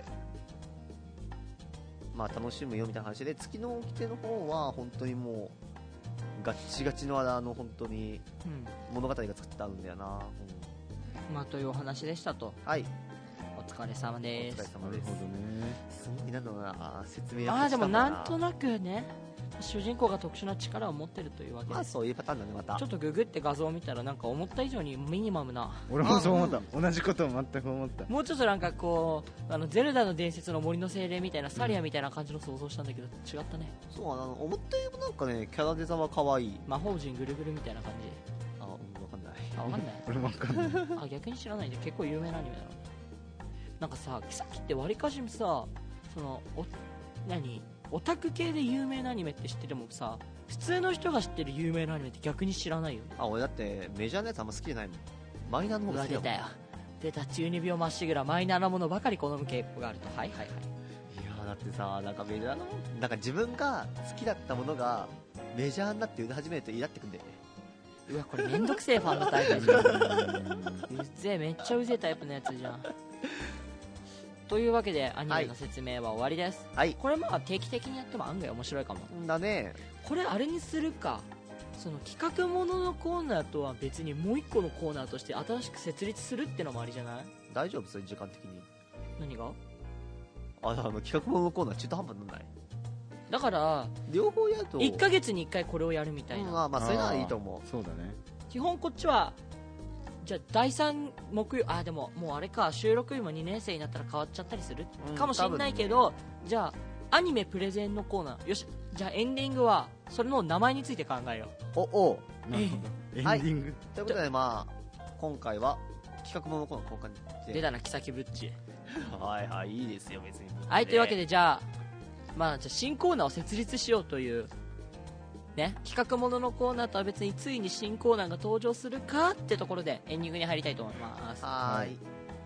まあ楽しむよみたいな話で、月の掟の方は本当にもうガッチガチの本当に物語が作ってあるんだよな。
まあというお話でしたと。
はい、
お疲れ様です。
お疲れ様です。
なるほどね。
すごいなんだろうな、説明
ああでもなんとなくね、主人公が特殊な力を持ってるというわけです。
まあそういうパターンだね。また
ちょっとググって画像を見たらなんか思った以上にミニマムな。
俺もそう思った。同じことを全く思った。
もうちょっとなんかこうゼルダの伝説の森の精霊みたいなサリアみたいな感じの想像したんだけど違ったね。
そう思ったよりもなんかね、キャラデザは可愛い。
魔法陣ぐるぐるみたいな感じ。
わかんない。
わかんない
俺もわかんない。
逆に知らないんで結構有名なアニメだろ。なんかさ、キサキってわりかしさ、そのオタク系で有名なアニメって知っててもさ、普通の人が知ってる有名なアニメって逆に知らないよね。
俺だってメジャーなやつあんま好きじゃないもん。マイナーの方が好きだもん。
出たよ、出た。中二病まっしぐらマイナーなものばかり好む傾向があると。はいはいはい。
いやだってさ、なんかメジャーななんか自分が好きだったものがメジャーになって売り始めるとイラってくんだよね。
うわこれめんどくせえファンのタイプじゃん。うぜえ、めっちゃうぜえタイプのやつじゃん。というわけでアニメの説明は終わりです。
はい、
これまあ定期的にやっても案外面白いかも。
だね。
これあれにするか、その企画もののコーナーとは別にもう一個のコーナーとして新しく設立するってのもありじゃない？
大丈夫？それ時間的に。
何が？
企画もののコーナー中途半端にならない？
だから
両方やると
1ヶ月に1回これをやるみたいな。
まあそれならいいと思う。
そうだね。
基本こっちはじゃあ第3木曜、でももうあれか、収録日も2年生になったら変わっちゃったりする、かもしれないけど、じゃあアニメプレゼンのコーナー、よし、じゃあエンディングはそれの名前について考えよう。
おなるほど。エンディング、
ということで、まあ今回は企画ものコーナー交換で
出たな、キサキブッチ。
はいはい、いいですよ別に。
はい、というわけでじゃあ新コーナーを設立しようというね、企画もののコーナーとは別についに新コーナーが登場するかってところでエンディングに入りたいと思います。
はーい。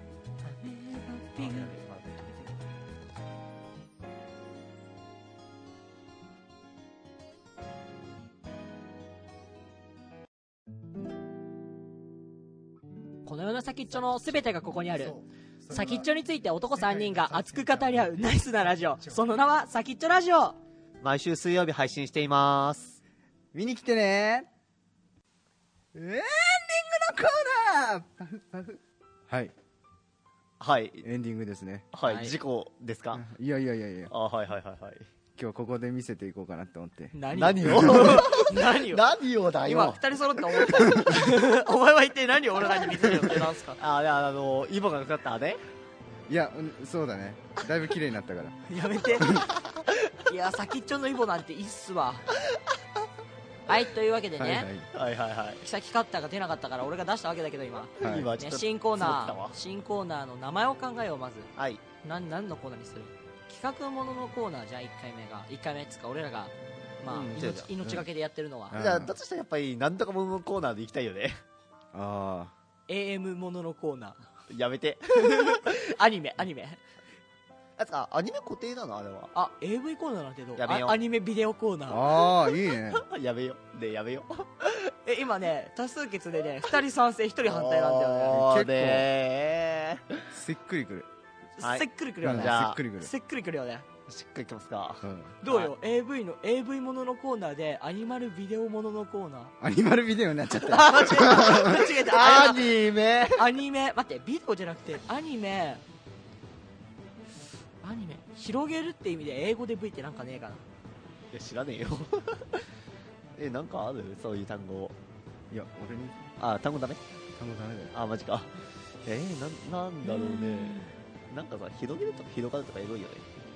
この世の先っちょの全てがここにある。先っちょについて男3人が熱く語り合うナイスなラジオ、その名は先っちょラジオ。
毎週水曜日配信しています。
見に来てね。エンディングのコーナー。はい
はい、
エンディングですね。
はい、
はい、
事故ですか？
いやはいはいはいはい。
今
日はここで見せていこうかなって思って。
何
を
何をだよ。
今2人揃って思ったお前は一体何を俺らに見せるよってなんすか？
イボがかかったね。
いや、そうだね。だいぶ綺麗になったから。
やめていや、先っちょのイボなんていいっすわ。はい、というわけでね、
はい
キサキカッターが出なかったから俺が出したわけだけど今、
はい
今ちょっと
新コーナーの名前を考えよう。まず
はい
何のコーナーにする？企画もののコーナー。じゃあ1回目っつうか俺らが命がけでやってるのは、
じゃあだとしたらやっぱりなんとかもののコーナーでいきたいよね。
ああ
AM もののコーナー
やめて
アニメ
アニメ固定なのあれは。
AV コーナーなんてどう？
やめよう。
アニメビデオコーナー。
ああいいね
やめよ
今ね多数決でね2人賛成1人反対なんだよね。
結構せっくりくる。
せっくりくるよね。
せっくりくる。
せっくりくるよね。
しっかりきますか。
どうよ、AV もののコーナーでアニマルビデオもののコーナー。
アニマルビデオになっちゃった。
間違えた
アニメ
待って、ビデオじゃなくてアニメ広げるって意味で英語で V ってなんかねえかな。
いや知らねえよなんかあるそういう単語。
いや俺に
単語ダメ
単語ダメだよ。
マジか。なんだろうね。なんかさ、広げるとか広がるとかエロいよね。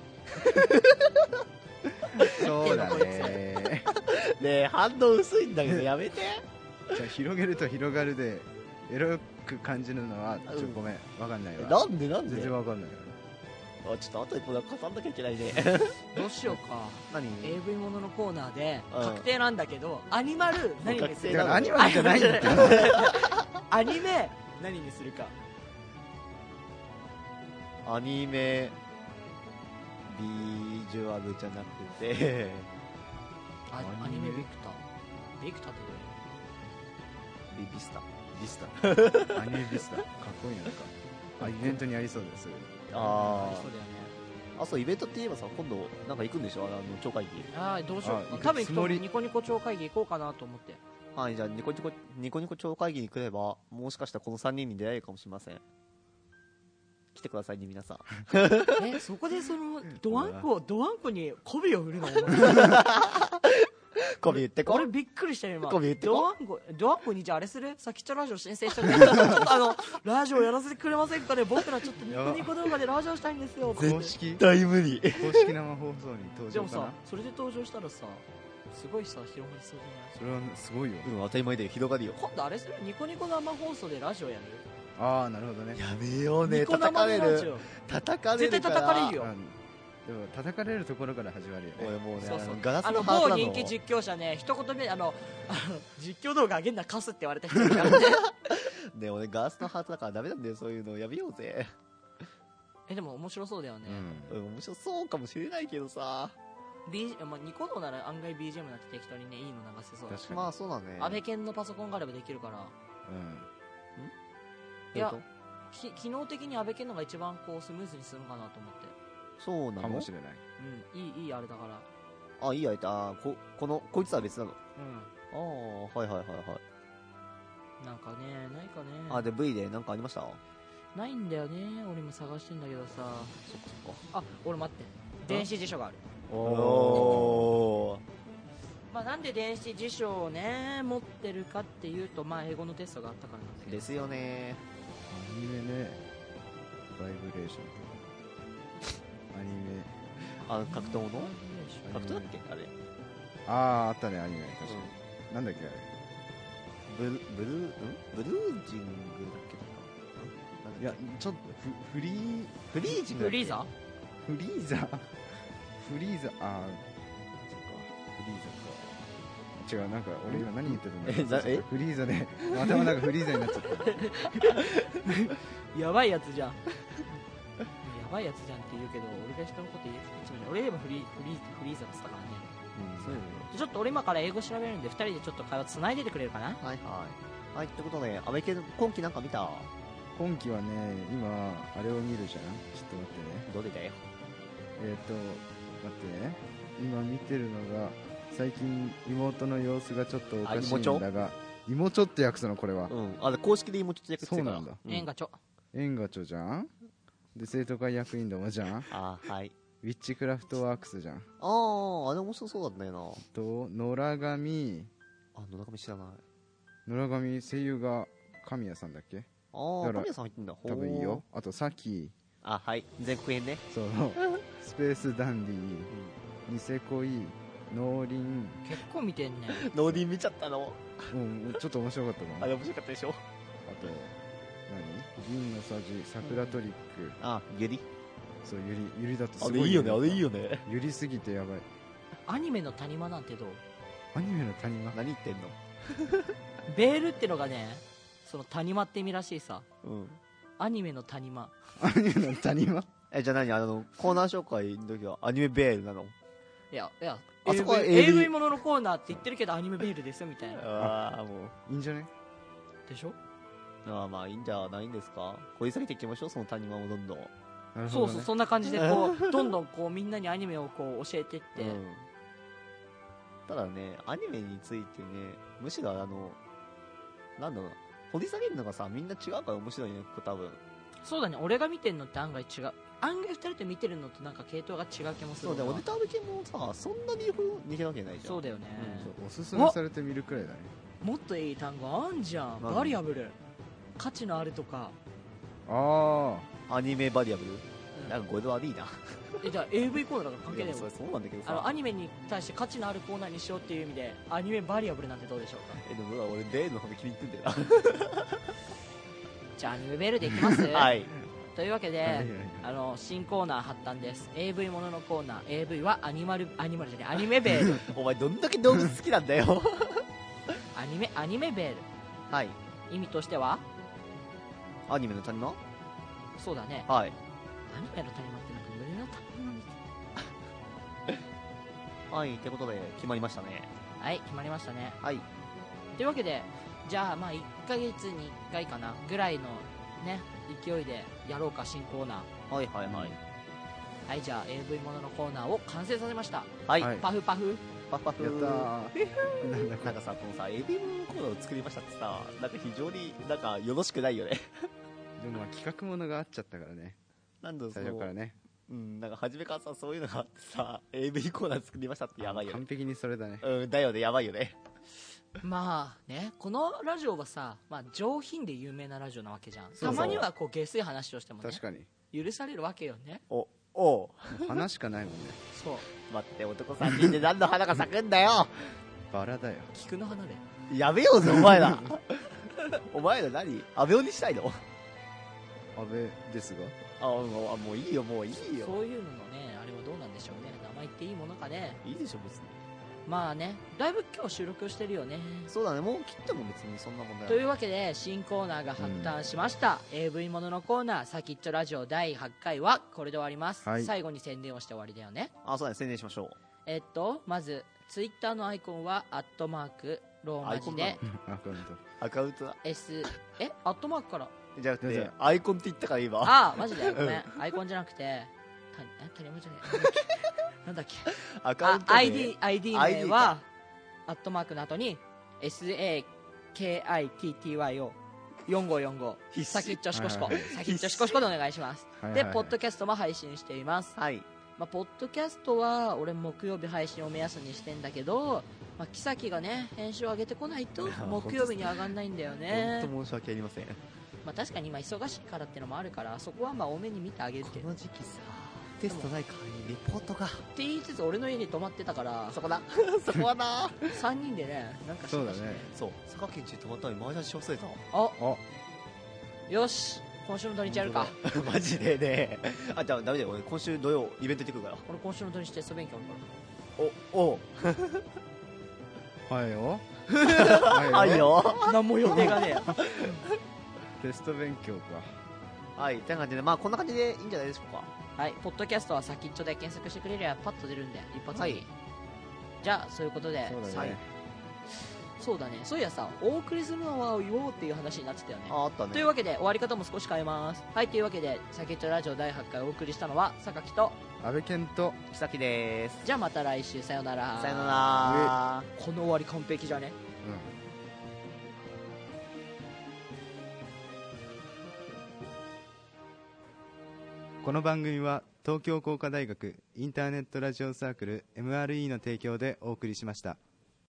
そうだね。
ねえ、反応薄いんだけどやめて。
じゃあ広げると広がるでエロく感じるのはごめんわかんないわ。
なんで
全然わかんない。
ちょっと後でこれ飾んなきゃいけないね。
どうしようか。
何
AV もののコーナーで
うん
確定なんだけど、アニマル何にするか。
だからアニマルじゃないんだけど。
アニメ何にするか。
アニメビジュアルじゃなくて
アニメビクターって
ビビスタ。
ビスタ。アニメビスタ。かっこいいのか。イベントにありそうです。
あ
そうだよね。
そう、イベントって言えばさ、今度なんか行くんでしょ、超会議。
どうしよう。
行く
多分
つもり
ニコニコ超会議行こうかなと思って。
はい、じゃあニコニコ超会議に来れば、もしかしたらこの3人に出会えるかもしれません。来てくださいね、皆さん。
そこでそのドワンコに媚びを売るの。
コビ言ってこ。
俺びっくりしたよ今。
媚び言ってこ。
ドワンコにじゃああれする？先っちょラジオ申請しとく。ちょっとラジオやらせてくれませんかね。僕らちょっとニコニコ動画でラジオしたいんですよ。
公式
大無理。
公式生放送に登
でもさ
場かな。、
それで登場したらさ、すごいさ広がりそうじゃない？
それはすごいよ。
当たり前で広がるよ。
今度あれする？ニコニコ生放送でラジオやる？
なるほどね。
やめようね、
ニコ生でラジオ
叩かれる。
絶対叩かれるよ。
でも叩かれるところから始まるよね。
俺もうね、
そうそう
ガラスのハートなの。
某人気実況者ね、一言目実況動画上げんなカスって言われた人いるからね。
ね、俺ガラスのハートだからダメなんだよ、そういうのやめようぜ。
でも面白そうだよね。
面白そうかもしれないけどさ。
ニコ動なら案外 BGM なって適当にね、いいの流せそうだし。
確かに。
まあそうだね。
安倍健のパソコンがあればできるから。いや
どういうこ
機能的に安倍健のが一番こうスムーズにするのかなと思って。
とそうなの
かもしれない。
いいあれだから。
いい相手。こいつは別なの。はいはいはいはい。
なんかね、ないかね。
で V でなんかありました？
ないんだよね。俺も探してんだけどさ。
そっか。
俺待って。電子辞書がある。
おー。
なんで電子辞書をね持ってるかっていうと、英語のテストがあったからなんだけど。
ですよね。
アニメね。バイブレーション。アニメ。
格闘の格闘だっけあれ。
あったね、アニメ。確かに。なんだっけあれ。
ブルージングだっけ。
いや、ちょっとフリージング。
フリーザ
フリーザ。フリーザ。そっか。フリーザか。違う、なんか俺今何言ってるんだろう。フリーザで頭なんかフリーザになっちゃった。
やばいやつじゃん。やばいやつじゃんって言うけど、俺が人のこと言うつもりない。俺でもフリーザって言ったからね。
そうよね。
ちょっと俺今から英語調べるんで、2人でちょっと会話つないでてくれるかな。
はい、ってことで、安倍家の今期なんか見た？
今期はね、今あれを見るじゃん。ちょっと待ってね。
どれだよ。
待ってね。今見てるのが、最近妹の様子がちょっとおかしいんだが、妹って訳すのこれは。
公式で妹って訳す
そうなんだ。
エンガチョ。
エンガチョじゃん。で生徒会役員どもじゃん。
はい。
ウィッチクラフトワークスじゃん。
あれ面白そうだったよな。
と野良神。
野良神知らない。
野良神声優が神谷さんだっけ？
神谷さん入ってんだ。
多分いいよ。あとサキ。
はい。全国編ね。
そう。スペースダンディ、ニセ恋、農林。
結構見てんね。
農林見ちゃったの。
ちょっと面白かったかな。
面白かったでしょ。
あと銀のさじ、桜トリック。
ユリ。
そう、ユリだとすごい。
いいよね、あれいいよね。
ユリすぎてやばい。
アニメの谷間なんてどう？
アニメの谷間？
何言ってんの？
ベールってのがね、その谷間って意味らしいさ。アニメの谷間。
アニメの谷間？
じゃあ何コーナー紹介の時はアニメベールなの？
いや、
あそこは
AV もののコーナーって言ってるけどアニメベールですよみたいな。
も
ういいんじゃね？
でしょ？
いいんじゃないんですか。掘り下げていきましょう、その谷間をどんどん。
そうそう、そんな感じでこうどんどんこうみんなにアニメをこう教えてって、
ただね、アニメについてね、むしろなんだろうな、掘り下げるのがさ、みんな違うから面白いね、多分。
そうだね、俺が見てんのって案外違う。 案外2人と見てるのとなんか系統が違う気もする
そうだ、おネタ向けもさ、そんなに似てるわけないじゃん。
そうだよね、
おすすめされてみるくらいだね。
もっといい単語あんじゃん。
何
バリアブル、価値のあるとか、
あ
アニメバリアブル、
うん
なんか語呂悪いな。
じゃあ AV コーナーだから関係ないよ
いやそれそうなんだけどさ。
アニメに対して価値のあるコーナーにしようっていう意味でアニメバリアブルなんてどうでしょうか。
でも俺デーの方が気に入ってんだよ
じゃあアニメベルでいきます
な。はい。
というわけで、
はいはい
新コーナー発端です。 AV もののコーナー、 AV はアニマルじゃねえアニメベール
お前どんだけ動物好きなんだよ
アニメベール、
はい。
意味としては
アニメの谷間。
そうだね、
はい。
アニメの谷間ってなんか胸の谷間み
はい、ってことで決まりましたね。
たいな。はい、決まりましたね。
はい。
というわけで、じゃあまあ1ヶ月に1回かなぐらいのね勢いでやろうか、新コーナー。
はいはいはい。
はい、じゃあ AV もののコーナーを完成させました。
はい。
はい
パフパフ。
パフパフ
やったー。
なんかさ、このさ、エビムコーナーを作りましたってさ、なんか非常になんかよろしくないよね。
でもまあ企画ものがあっちゃったからね、
なんだろう、
最初からね。
うん、なんか初めからさ、そういうのがあってさ、AV コーナー作りましたってやばいよね
完。璧にそれだね。
うん、だよね、やばいよね。
まあね、このラジオはさ、まあ、上品で有名なラジオなわけじゃん。
そうそう
たまにはこう下水話をしてもね
確かに
許されるわけよね。
おう。
花しかないもんね。
そう、
待って、男3人で何の花が咲くんだよ。
バラだよ。
菊の花で。
やめようぜ、お前ら。お前ら何アベオにしたいの？
安倍ですが、
もういいよ、もういいよ。
そういうののね、あれはどうなんでしょうね。名前言っていいものかね。
いいでしょ、別に。
まあね、だいぶ今日収録してるよね。
そうだね、もう切っても別にそんな問題ない。
というわけで新コーナーが発端しました、AV もののコーナー先っちょラジオ第8回はこれで終わります、
はい
最後に宣伝をして終わりだよね。
あ、そうだね、宣伝しましょう。
まずツイッターのアイコンはアットマークローマ字で
アカウント。
アカウントだ。
S アットマークから
じゃなくて
じゃ、
アイコンって言ったから今。
マジでごめんアイコンじゃなくて谷間じゃねえなんだっけ
アカウント名
ID 名はアットマークの後に SAKITTY を4545
必死
先っちょしこしこ
はい
先っちょしこしこでお願いします。
はいはいはい
でポッドキャストも配信しています。
はい。
まあ、ポッドキャストは俺木曜日配信を目安にしてんだけど、まあ、木崎がね編集を上げてこないと木曜日に上がんないんだよね。
本当申し訳ありません。
まあ、確かに今忙しいからってのもあるからそこはまあ多めに見てあげるけどっ
この時期さ、テストない代わりにレポートが。
て言いつつ俺の家に泊まってたから
そこだ。そこはな。
3人でねなんかしてました
そうだね
そう、佐賀県中泊まったのに麻雀し忘れた。
あ
あ、
よし今週の土日やるか。
マジでね。あ、じゃあダメだよ。俺今週土曜イベント行ってくるから。
俺今週の土日テスト勉強あるか
お
はいよ。
はいよ。
ら何も予定がねえや
テスト勉強か。
はい、ってな感じで、まあこんな感じでいいんじゃないでしょうか。
はいポッドキャストは先っちょで検索してくれりゃパッと出るんで一発に、
はい
じゃあそういうことで
はい
そうだね。
そうだねそういやさお送りするのは言おうっていう話になってたよね。
あったね。
というわけで終わり方も少し変えます。はいというわけで先っちょラジオ第8回お送りしたのは榊と、
安倍健と、
木崎です。
じゃあまた来週さよなら。
さよなら。
この終わり完璧じゃね。
この番組は東京工科大学インターネットラジオサークル MRE の提供でお送りしました。